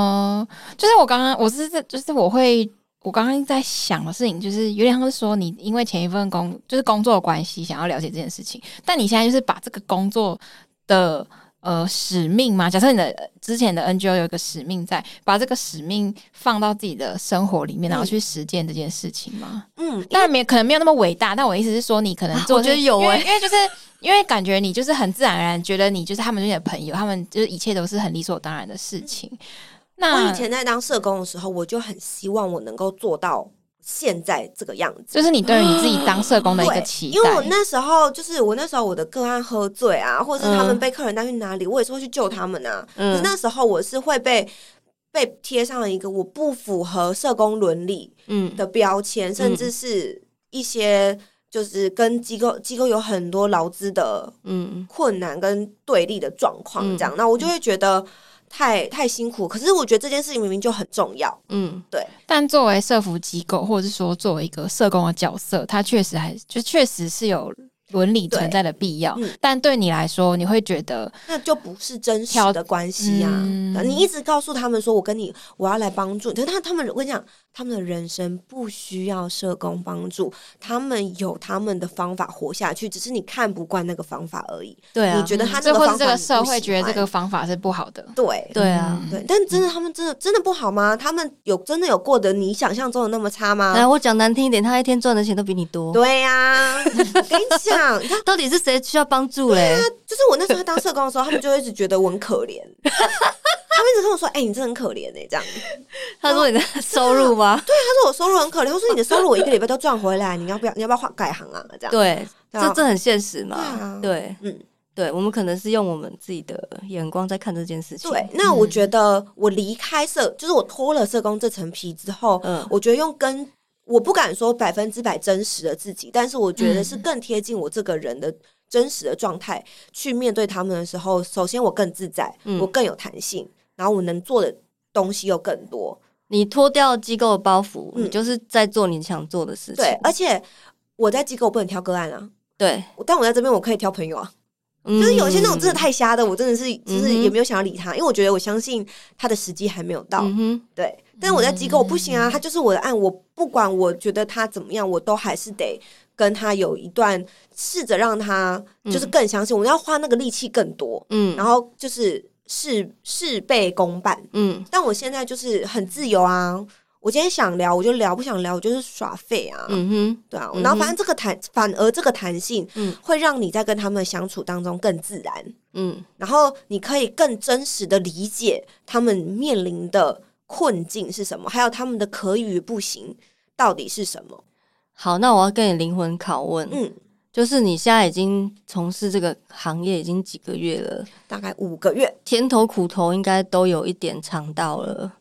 我刚刚在想的事情，就是有点像是说，你因为前一份就是工作的关系，想要了解这件事情，但你现在就是把这个工作的使命嘛，假设你的之前的 NGO 有一个使命在，把这个使命放到自己的生活里面，然后去实践这件事情吗？当然可能没有那么伟大，但我的意思是说，你可能做， 我觉得有因为感觉你就是很自然而然觉得你就是他们就是你的朋友，他们就是一切都是很理所当然的事情。 我以前在当社工的时候，我就很希望我能够做到现在这个样子， 就是你对于你自己当社工的一个期待。 因为我那时候我的个案喝醉啊，或者是他们被客人带去哪里，我也是会去救他们啊。可是那时候我是会被贴上了一个我不符合社工伦理的标签，甚至是一些就是跟机构有很多劳资的困难跟对立的状况这样，那我就会觉得太辛苦，可是我觉得这件事情明明就很重要，对。 但作为社福机构，或者是说作为一个社工的角色，它确实是有伦理存在的必要，但对你来说，你会觉得那就不是真实的关系啊！你一直告诉他们说我要来帮助，可是他们我跟你讲，他们的人生不需要社工帮助，他们有他们的方法活下去，只是你看不惯那个方法而已。 对啊， 你觉得他这个方法或者这个社会觉得这个方法是不好的。 对啊， 对。但真的他们真的不好吗？他们真的有过得你想象中的那么差吗？ 我讲难听一点，他一天赚的钱都比你多。 对呀，我跟你讲。 到底是谁需要帮助嘞？ 就是我那时候当社工的时候，他们就一直觉得我很可怜，他们一直跟我说：“你真的很可怜这样。” 他说你的收入吗？ 对，他说我收入很可怜。他说你的收入我一个礼拜都赚回来，你要不要改行啊？这样对，这很现实嘛。对，对，我们可能是用我们自己的眼光在看这件事情。 对，那我觉得我离开就是我脱了社工这层皮之后，我觉得我不敢说100%真实的自己，但是我觉得是更贴近我这个人的真实的状态去面对他们的时候，首先我更自在，我更有弹性，然后我能做的东西又更多。 你脱掉机构的包袱，你就是在做你想做的事情。 对，而且我在机构不能挑个案啊， 对， 但我在这边我可以挑朋友啊。就是有些那种真的太瞎的，我真的是就是也没有想要理他，因为我觉得我相信他的时机还没有到。对，但是我在机构我不行啊，他就是我的案，我不管我觉得他怎么样，我都还是得跟他有一段试着让他就是更相信，我要花那个力气更多，然后就是事倍功半，但我现在就是很自由啊。我今天想聊我就聊，不想聊我就是耍废啊，对啊，然后反正反而这个弹性，会让你在跟他们相处当中更自然，然后你可以更真实的理解他们面临的困境是什么，还有他们的可以与不行到底是什么。 好，那我要跟你灵魂拷问，就是你现在已经从事这个行业已经几个月了？ 大概5个月， 甜头苦头应该都有一点尝到了。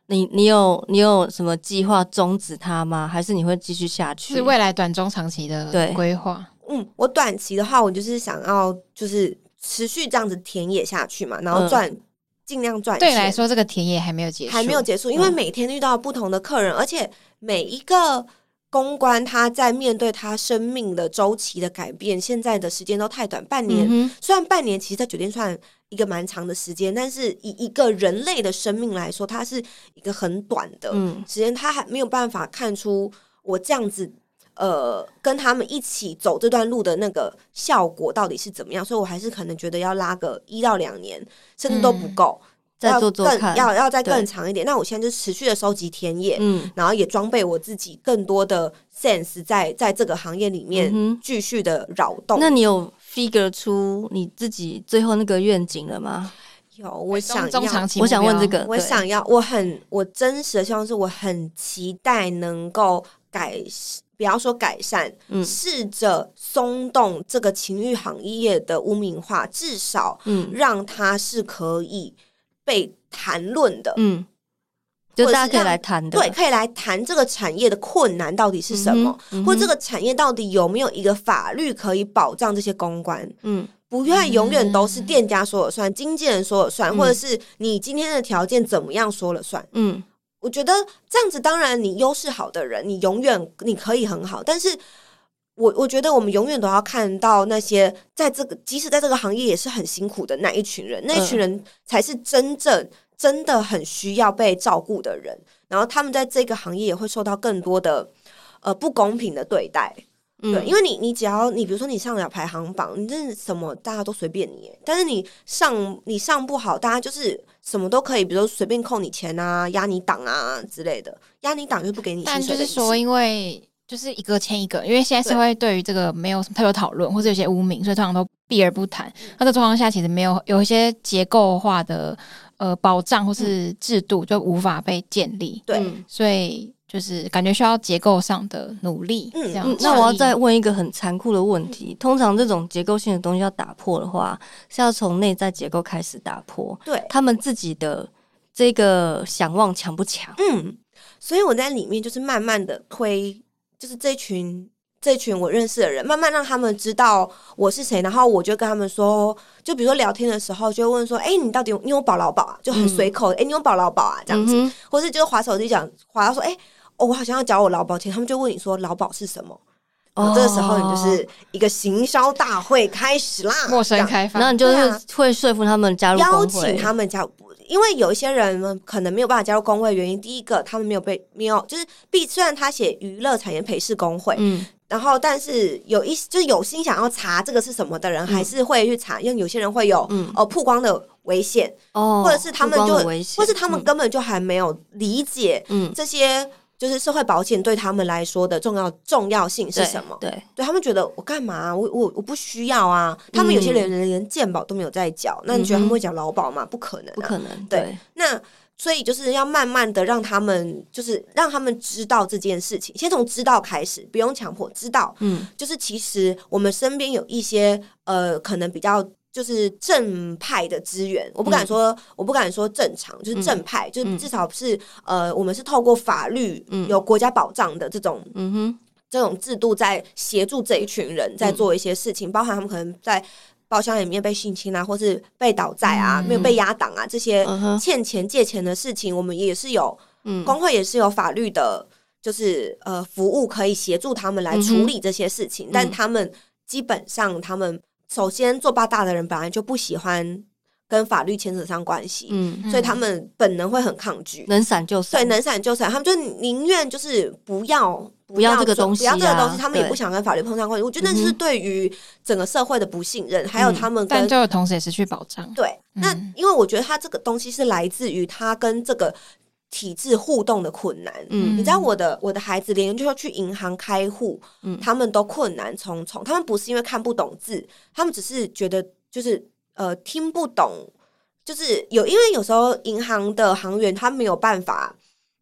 你有什么计划终止它吗？还是你会继续下去？ 是未来短中长期的规划。 我短期的话，我就是想要就是持续这样子田野下去嘛，然后尽量赚钱。 对你来说，这个田野还没有结束， 因为每天遇到不同的客人，而且每一个公关他在面对他生命的周期的改变，现在的时间都太短，半年，虽然半年其实在酒店算一个蛮长的时间，但是以一个人类的生命来说，它是一个很短的时间，他还没有办法看出我这样子跟他们一起走这段路的那个效果到底是怎么样，所以我还是可能觉得要拉个1到2年，甚至都不够。 再做看， 要再更长一点。那我现在就持续的收集田野，然后也装备我自己更多的 sense， 在这个行业里面继续的扰动。 那你有 figure 出你自己最后那个愿景了吗？ 有，我想中长期， 我想问这个， 我想要，我真实的希望是我很期待能够不要说改善，试着松动这个情欲行业的污名化，至少让它是可以被谈论的， 就大家可以来谈的， 对，可以来谈这个产业的困难到底是什么，或这个产业到底有没有一个法律可以保障这些公关，不愿永远都是店家说了算，经纪人说了算，或者是你今天的条件怎么样说了算，我觉得这样子，当然你优势好的人，你永远你可以很好，但是我觉得我们永远都要看到那些即使在这个行业也是很辛苦的那一群人，那一群人才是真的很需要被照顾的人，然后他们在这个行业也会受到更多的不公平的对待。对，因为你只要比如说你上了排行榜，你真的什么大家都随便你，但是你上不好，大家就是什么都可以，比如说随便扣你钱啊、压你档啊之类的，压你档就不给你薪水的意思。 但就是说，因为就是一个签一个，因为现在社会对于这个没有什么太多讨论，或者有些污名，所以通常都避而不谈。那这状况下，其实有一些结构化的保障或是制度就无法被建立。 对， 所以就是感觉需要结构上的努力。这样那我要再问一个很残酷的问题：通常这种结构性的东西要打破的话，是要从内在结构开始打破。 对， 他们自己的这个想望强不强？ 所以我在里面就是慢慢的推，就是这群我认识的人，慢慢让他们知道我是谁，然后我就跟他们说，就比如说聊天的时候，就会问说，你到底你有保劳保啊？就很随口，你有保劳保啊？这样子，或是就是滑手机滑到说，我好像要缴我劳保钱，他们就问你说劳保是什么？这个时候你就是一个行销大会开始啦， 陌生开发， 然后你就是会说服他们加入工会， 邀请他们加入。因为有一些人可能没有办法加入工会的原因，第一个他们没有就是虽然他写娱乐产业培事工会，然后但是就是有心想要查这个是什么的人，还是会去查，因为有些人会有曝光的危险，或者是他们或是他们根本就还没有理解这些就是社会保险对他们来说的重要性是什么？对他们觉得我干嘛我不需要啊！他们有些人连健保都没有在缴，那你觉得他们会缴劳保吗？不可能， 不可能。 对，那所以就是要慢慢的让他们知道这件事情，先从知道开始，不用强迫知道。就是其实我们身边有一些可能比较就是正派的资源，我不敢说正常，就是正派，就是至少是我们是透过法律有国家保障的这种制度在协助这一群人在做一些事情，包含他们可能在包厢里面被性侵啊，或是被倒债啊，没有被压档啊，这些欠钱借钱的事情，我们也是有工会也是有法律的，就是服务可以协助他们来处理这些事情，但他们基本上首先做八大的人本来就不喜欢跟法律牵扯上关系，所以他们本能会很抗拒， 能闪就闪， 对，能闪就闪，他们就宁愿就是不要这个东西， 他们也不想跟法律碰上关系。我觉得那是对于整个社会的不信任，还有他们但就同时也失去保障。 对，那因为我觉得他这个东西是来自于他跟这个体制互动的困难。你知道我的孩子连就去银行开户，他们都困难重重。他们不是因为看不懂字，他们只是觉得就是听不懂，就是因为有时候银行的行员他没有办法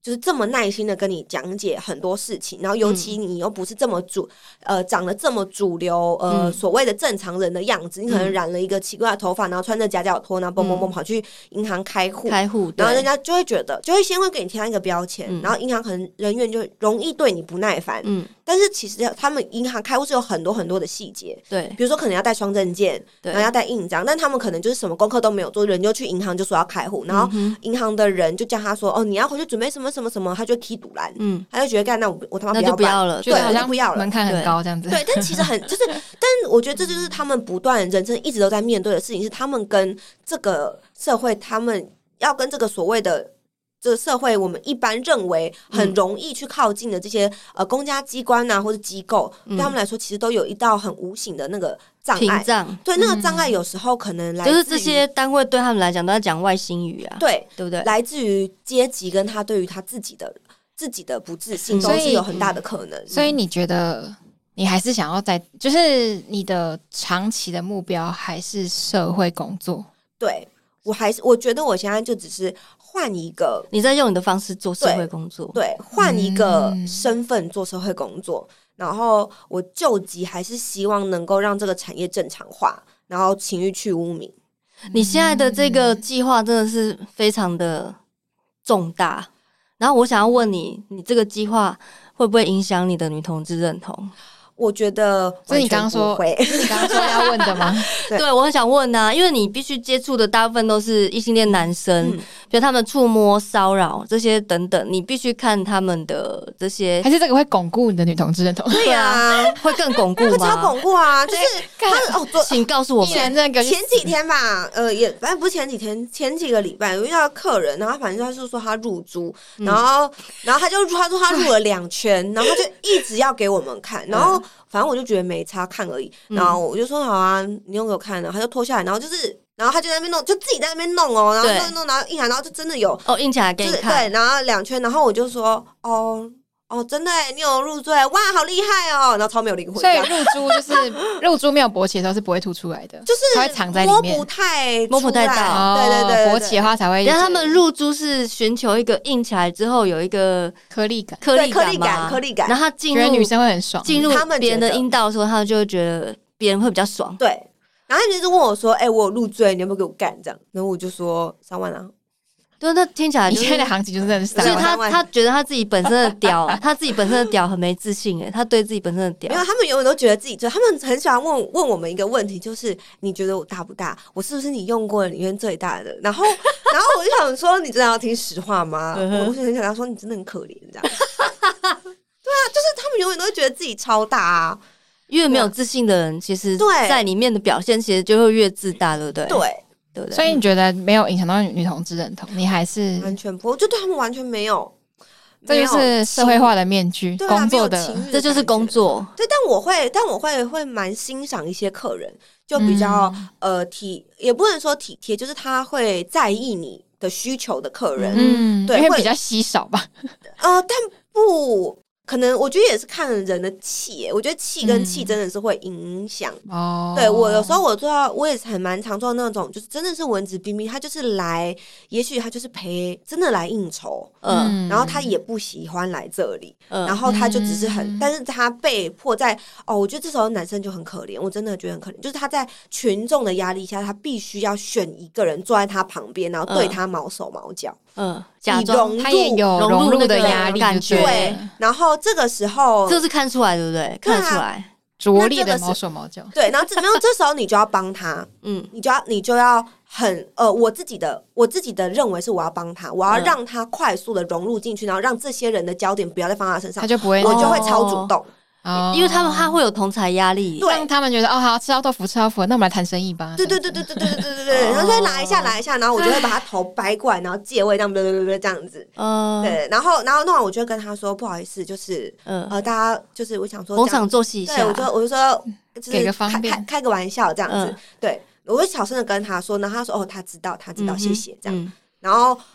就是这么耐心的跟你讲解很多事情，然后尤其你又不是这么长得这么主流所谓的正常人的样子，你可能染了一个奇怪的头发，然后穿着夹脚拖，然后蹦蹦蹦跑去银行开户，然后人家就会觉得，就会先会给你贴上一个标签，然后银行可能人员就容易对你不耐烦，但是其实他们银行开户是有很多很多的细节， 对， 比如说可能要带双证件，然后要带印章，但他们可能就是什么功课都没有做，人就去银行就说要开户，然后银行的人就叫他说你要回去准备什么什么什么，他就踢堵拦，他就觉得干那我他妈不要了， 对，好像不要了，门槛很高这样子。 对，但其实但我觉得这就是他们不断人生一直都在面对的事情，是他们跟这个社会，他们要跟这个所谓的这个社会，我们一般认为很容易去靠近的这些公家机关啊或者机构，对他们来说，其实都有一道很无形的那个障碍。屏障，对，那个障碍有时候可能来自于就是这些单位对他们来讲都在讲外星语啊， 对不对？ 来自于阶级跟他对于他自己的不自信，都是有很大的可能。 所以你觉得你还是想要就是你的长期的目标还是社会工作？ 对，我觉得我现在就只是换一个， 你在用你的方式做社会工作， 对，换一个身份做社会工作，然后我救急还是希望能够让这个产业正常化，然后情欲去污名。 你现在的这个计划真的是非常的重大，然后我想要问你这个计划会不会影响你的女同志认同？ 我觉得是你刚刚说要问的吗？ 对，我很想问啊，因为你必须接触的大部分都是异性恋男生，比如他们触摸、骚扰这些等等，你必须看他们的这些， 还是这个会巩固你的女同志认同？ 对啊， 会更巩固吗？ 会超巩固啊！就是请告诉我们， 前几天吧，也反正不是前几天，前几个礼拜有遇到客人，然后反正他是说他入租，然后他说他入了2圈，然后他就一直要给我们看，然后反正我就觉得没差，看而已。然后我就说好啊，你用给我看，然后他就脱下来，然后他就在那边弄，就自己在那边弄然后弄，然后印起来，然后就真的有印起来给你看， 对，然后2圈，然后我就说真的耶，你有入赘，哇，好厉害哦！然后超没有灵魂。 所以入珠没有勃起的时候是不会凸出来的， 就是它会藏在里面， 摸不太到。 对， 勃起的话才会。 然后他们入珠是寻求一个印起来之后有一个颗粒感， 然后他进入女生会很爽， 进入别人的阴道的时候，他就会觉得别人会比较爽。 对，然后他就问我说：“我有入赘，你要不要给我干？”这样，然后我就说3万啊。 对，那听起来你现在的行情就是真的是3万。 他觉得他自己本身的屌，他自己本身的屌很没自信他对自己本身的屌， 没有，他们永远都觉得自己，他们很喜欢问我们一个问题，就是你觉得我大不大？我是不是你用过里面最大的？然后我就想说，你真的要听实话吗？我就很想要说，你真的很可怜，这样。对啊，就是他们永远都会觉得自己超大啊。 越没有自信的人，其实在里面的表现其实就会越自大，对不对？ 对不对？ 所以你觉得没有影响到女同志认同，你还是完全不，我就对他们完全没有。 这就是社会化的面具，工作的， 这就是工作。 对，但我会蛮欣赏一些客人，就比较也不能说体贴，就是他会在意你的需求的客人，对， 因为比较稀少吧。 但不。可能我觉得也是看人的气，我觉得气跟气真的是会影响。对，我有时候我也是蛮常做那种，就是真的是文质彬彬，他就是来，也许他就是真的来应酬，然后他也不喜欢来这里，然后他就只是但是他被迫在我觉得这时候男生就很可怜，我真的觉得很可怜，就是他在群众的压力下，他必须要选一个人坐在他旁边，然后对他毛手毛脚。 假装他也有融入的压力感觉， 对。然后这个时候， 这是看出来，对不对？看出来， 拙劣的毛手毛脚。 对，然后这时候你就要帮他，你就要很我自己的认为是我要帮他，我要让他快速的融入进去，然后让这些人的焦点不要再放在他身上， 他就不会， 我就会超主动。 因为他会有同侪压力， 让他们觉得好吃到豆腐，那我们来谈生意吧。 对，然后再拿一下，然后我就会把他头掰过来，然后借位这样这样子。对，然后弄完我就会跟他说不好意思，就是大家就是我想说逢场作戏一下， 对，我就说给个方便， 开个玩笑这样子。对，我会小声的跟他说，然后他说他知道，谢谢这样。然后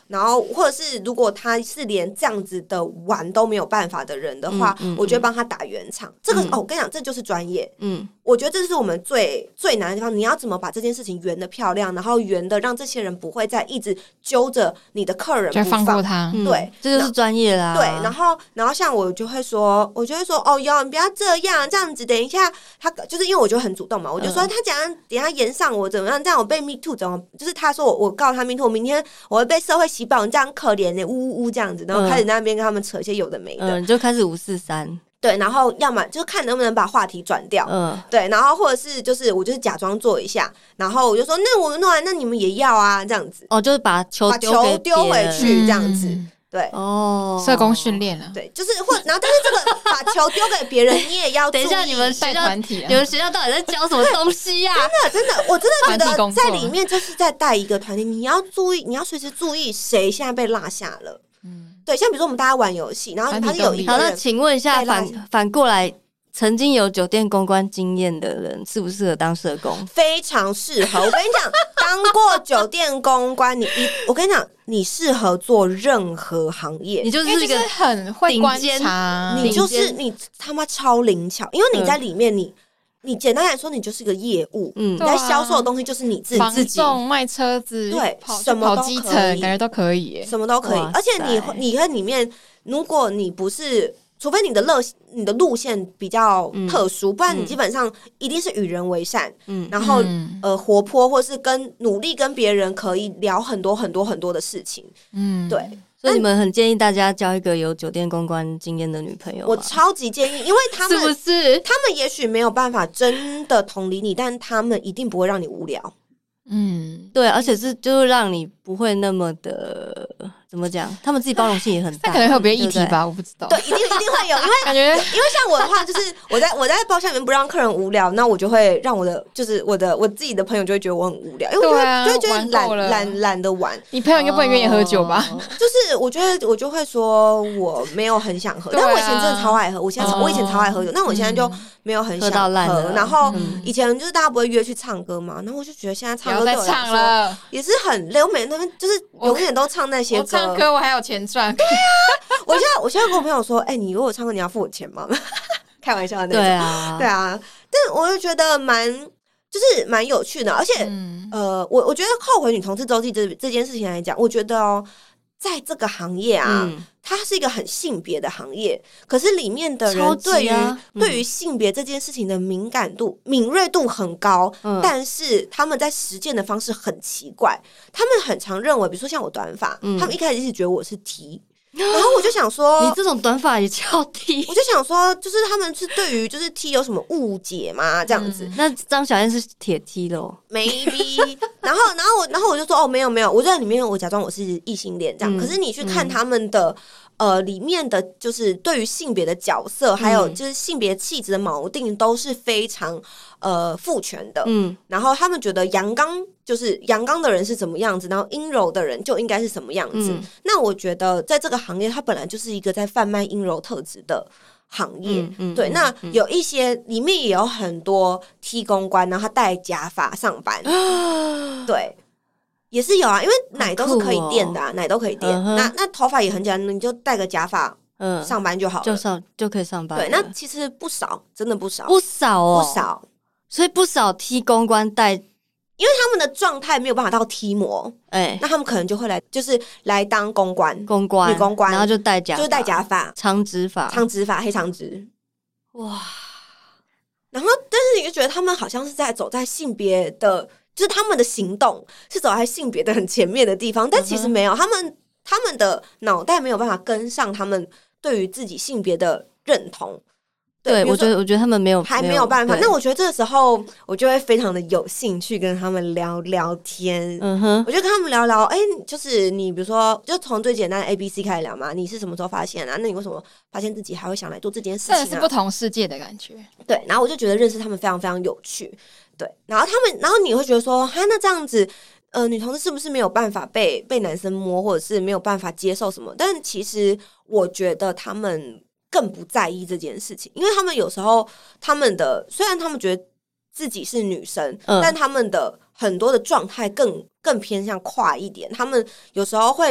然后或者是如果他是连这样子的玩都没有办法的人的话，我就会帮他打圆场。这个我跟你讲，这就是专业。我觉得这是我们最难的地方。你要怎么把这件事情圆得漂亮，然后圆的让这些人不会再一直揪着你的客人不放过他。 对， 这就是专业啦。 对，然后像我就会说哦哟，你不要这样子，等一下他就是因为我就很主动嘛，我就说他讲等一下延上我怎么样，这样我被 me too 怎么，就是他说我告他 me too， 明天我会被社会洗版，你这样可怜呢，呜这样子，然后开始在那边跟他们扯一些有的没的， 你就开始543。 对，然后要么就看能不能把话题转掉，对，然后或者是就是我就是假装做一下，然后我就说那我弄完，那你们也要啊，这样子， 就是把球丢回去，这样子，对， 社工训练了， 对，就是然后但是这个把球丢给别人，你也要等一下，你们学校到底在教什么东西呀？ 真的，我真的觉得在里面就是在带一个团体，你要注意，你要随时注意谁现在被落下了。对，像比如说我们大家玩游戏，然后他有一个人， 好，那请问一下，反过来，曾经有酒店公关经验的人适不适合当社工？ 非常适合。我跟你讲，当过酒店公关，我跟你讲，你适合做任何行业， 你就是一个很会观察， 你他妈超灵巧，因为你在里面你简单来说，你就是个业务，你在销售的东西就是你自己， 房仲、卖车子， 对， 什么跑基层，感觉都可以， 什么都可以。而且你在里面，如果你不是，除非你的路线比较特殊，不然你基本上一定是与人为善，然后活泼，或是努力跟别人可以聊很多很多很多的事情，对。 所以你们很建议大家交一个有酒店公关经验的女朋友吗？ 我超级建议，因为他们是不是？ 他们也许没有办法真的同理你，但他们一定不会让你无聊。 对，而且就是让你不会那么的怎么讲，他们自己包容性也很大。 那可能会有别的议题吧，我不知道。 对，一定会有，因为感觉， 因为像我的话，就是我在包厢里面不让客人无聊，那我就会让我自己的朋友就会觉得我很无聊，因为我就会觉得懒得玩。 你朋友应该不能约你喝酒吧？ 就是我觉得我就会说我没有很想喝，但我以前真的超爱喝，我以前超爱喝酒，但我现在就没有很想喝。然后以前就是大家不会约去唱歌嘛，然后我就觉得现在唱歌对我来说也是很累，我每天那边就是永远都唱那些歌。 唱歌我还有钱赚。 对啊，我现在跟我朋友说，你如果唱歌你要付我钱吗？开玩笑的那种。对啊，但我就觉得蛮有趣的，而且我觉得后回女同志周记这件事情来讲，我觉得在这个行业啊，它是一个很性别的行业，可是里面的人对于性别这件事情的敏感度、敏锐度很高，但是他们在实践的方式很奇怪。他们很常认为，比如说像我短发，他们一开始是觉得我是 T。然后我就想说， 你这种短发也叫 T？ 我就想说，就是他们是对于就是 T 有什么误解吗？这样子？ 那张小燕是铁 T 咯 ，maybe 然后我就说没有，我在里面我假装我是异性恋这样。可是你去看他们的里面的就是对于性别的角色，还有就是性别气质的锚定都是非常父权的。然后他们觉得阳刚的人是什么样子，然后阴柔的人就应该是什么样子。那我觉得在这个行业，它本来就是一个在贩卖阴柔特质的行业。对，那有一些里面也有很多 T 公关，然后他戴假发上班。对。也是有啊，因为奶都是可以垫的奶都可以垫。那头发也很简单，你就戴个假发上班就好了， 就可以上班。 对，那其实不少，真的不少， 不少。所以不少 T 公关戴， 因为他们的状态没有办法到 T 模，那他们可能就会来当公关，女公关， 然后就戴假发， 长直发， 黑长直，哇！然后，但是你就觉得他们好像是在走在性别的。就是他们的行动是走在性别的很前面的地方，但其实没有，他们的脑袋没有办法跟上他们对于自己性别的认同。 对，我觉得他们还没有办法。那我觉得这个时候我就会非常的有兴趣跟他们聊聊天。我就跟他们聊聊，就是你比如说，就从最简单的 ABC 开始聊嘛，你是什么时候发现啊？那你为什么发现自己还会想来做这件事情啊？ 这是不同世界的感觉。 对，然后我就觉得认识他们非常非常有趣。对，然后你会觉得说，那这样子，女同志是不是没有办法被男生摸，或者是没有办法接受什么？但其实我觉得他们更不在意这件事情，因为他们有时候虽然他们觉得自己是女生，但他们的很多的状态更偏向跨一点，他们有时候会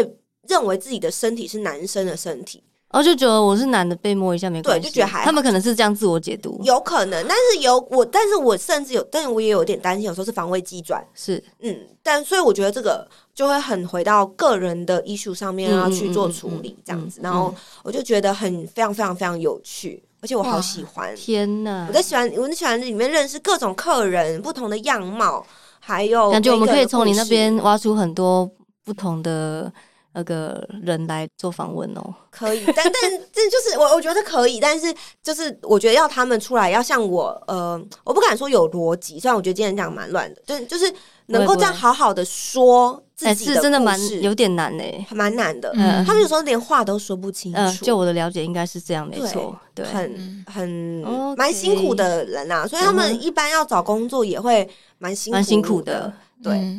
认为自己的身体是男生的身体。 就觉得我是男的被摸一下没关系， 对，就觉得还好。 他们可能是这样自我解读， 有可能，但是我甚至但是我也有点担心，有时候是防卫机转， 是但所以我觉得这个就会很回到个人的 issue 上面要去做处理这样子，然后我就觉得非常非常非常有趣，而且我好喜欢。 天哪！ 我喜欢里面认识各种客人不同的样貌，还有感觉我们可以从你那边挖出很多不同的那个人来做访问哦。 可以，但这就是我觉得可以，但是就是我觉得要他们出来要像我我不敢说有逻辑，虽然我觉得今天讲蛮乱的，就是能够这样好好的说自己的故事， 是真的有点难欸， 蛮难的。他们有时候连话都说不清楚。 就我的了解应该是这样，没错，对， 很蛮辛苦的人啊，所以他们一般要找工作也会蛮辛苦的。对，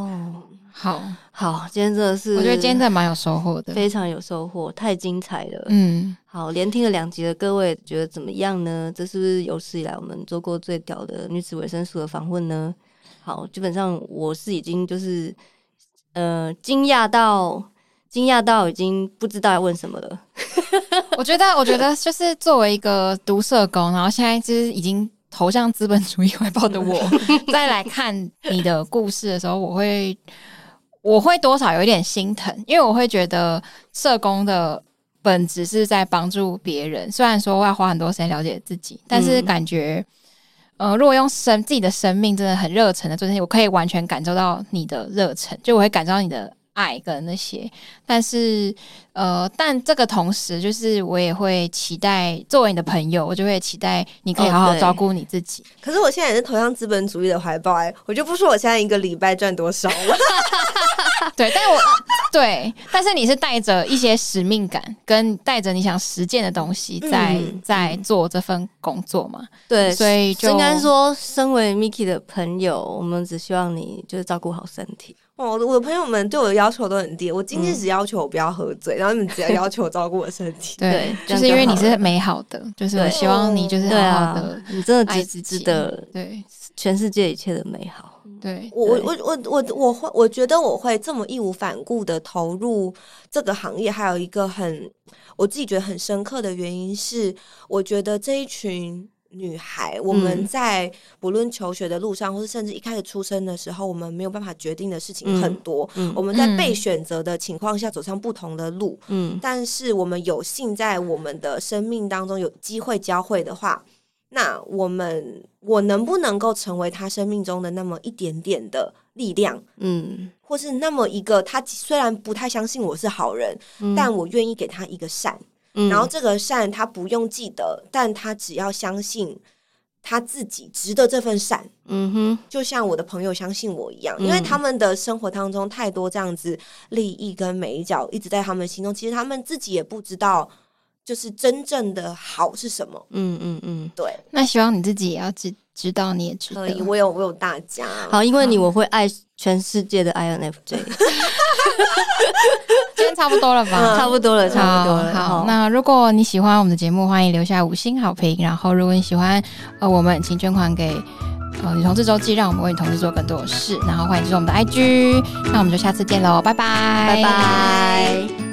好，今天真的是， 我觉得今天真的蛮有收获的， 非常有收获，太精彩了。好，连听了2集的各位觉得怎么样呢？这是不是有史以来我们做过最屌的女子维生素的访问呢？好，基本上我是已经就是惊讶到已经不知道要问什么了。 我觉得就是作为一个读社工，然后现在就是已经投向资本主义怀抱的我再来看你的故事的时候，我会多少有一点心疼，因为我会觉得社工的本质是在帮助别人，虽然说我要花很多时间了解自己，但是感觉如果用自己的生命真的很热忱的做这些，我可以完全感受到你的热忱，就我会感受到你的爱跟那些，但是但这个同时就是我也会期待作为你的朋友，我就会期待你可以好好照顾你自己。 可是我现在也是投向资本主义的怀抱，我就不说我现在一个礼拜赚多少了。 对，但是你是带着一些使命感，跟带着你想实践的东西在做这份工作嘛。 对， 所以就应该说，身为 Miki 的朋友，我们只希望你就是照顾好身体。 我的朋友们对我的要求都很低，我今天只要求我不要喝醉，然后你们只要求我照顾我身体。 对，就是因为你是美好的，就是我希望你就是好好的， 你真的值得对全世界一切的美好。 对， 我觉得我会这么义无反顾的投入这个行业，还有一个我自己觉得很深刻的原因是，我觉得这一群女孩，我们在不论求学的路上，或是甚至一开始出生的时候，我们没有办法决定的事情很多。我们在被选择的情况下走上不同的路，但是我们有幸在我们的生命当中有机会交汇的话，那我能不能够成为他生命中的那么一点点的力量，或是那么一个他虽然不太相信我是好人，但我愿意给他一个善，然后这个善他不用记得，但他只要相信他自己值得这份善，就像我的朋友相信我一样，因为他们的生活当中太多这样子利益跟美角一直在他们心中，其实他们自己也不知道就是真正的好是什么。对。 那希望你自己也要知道，你也知道。 可以，我有大家。 好，因为你我会爱全世界的 INFJ。 今天差不多了吧？ 差不多了。 好，那如果你喜欢我们的节目，欢迎留下5星好评。然后，如果你喜欢我们，请捐款给女同志周记，让我们为女同志做更多的事。然后欢迎支持我们的 IG。那我们就下次见喽，拜拜， 拜拜。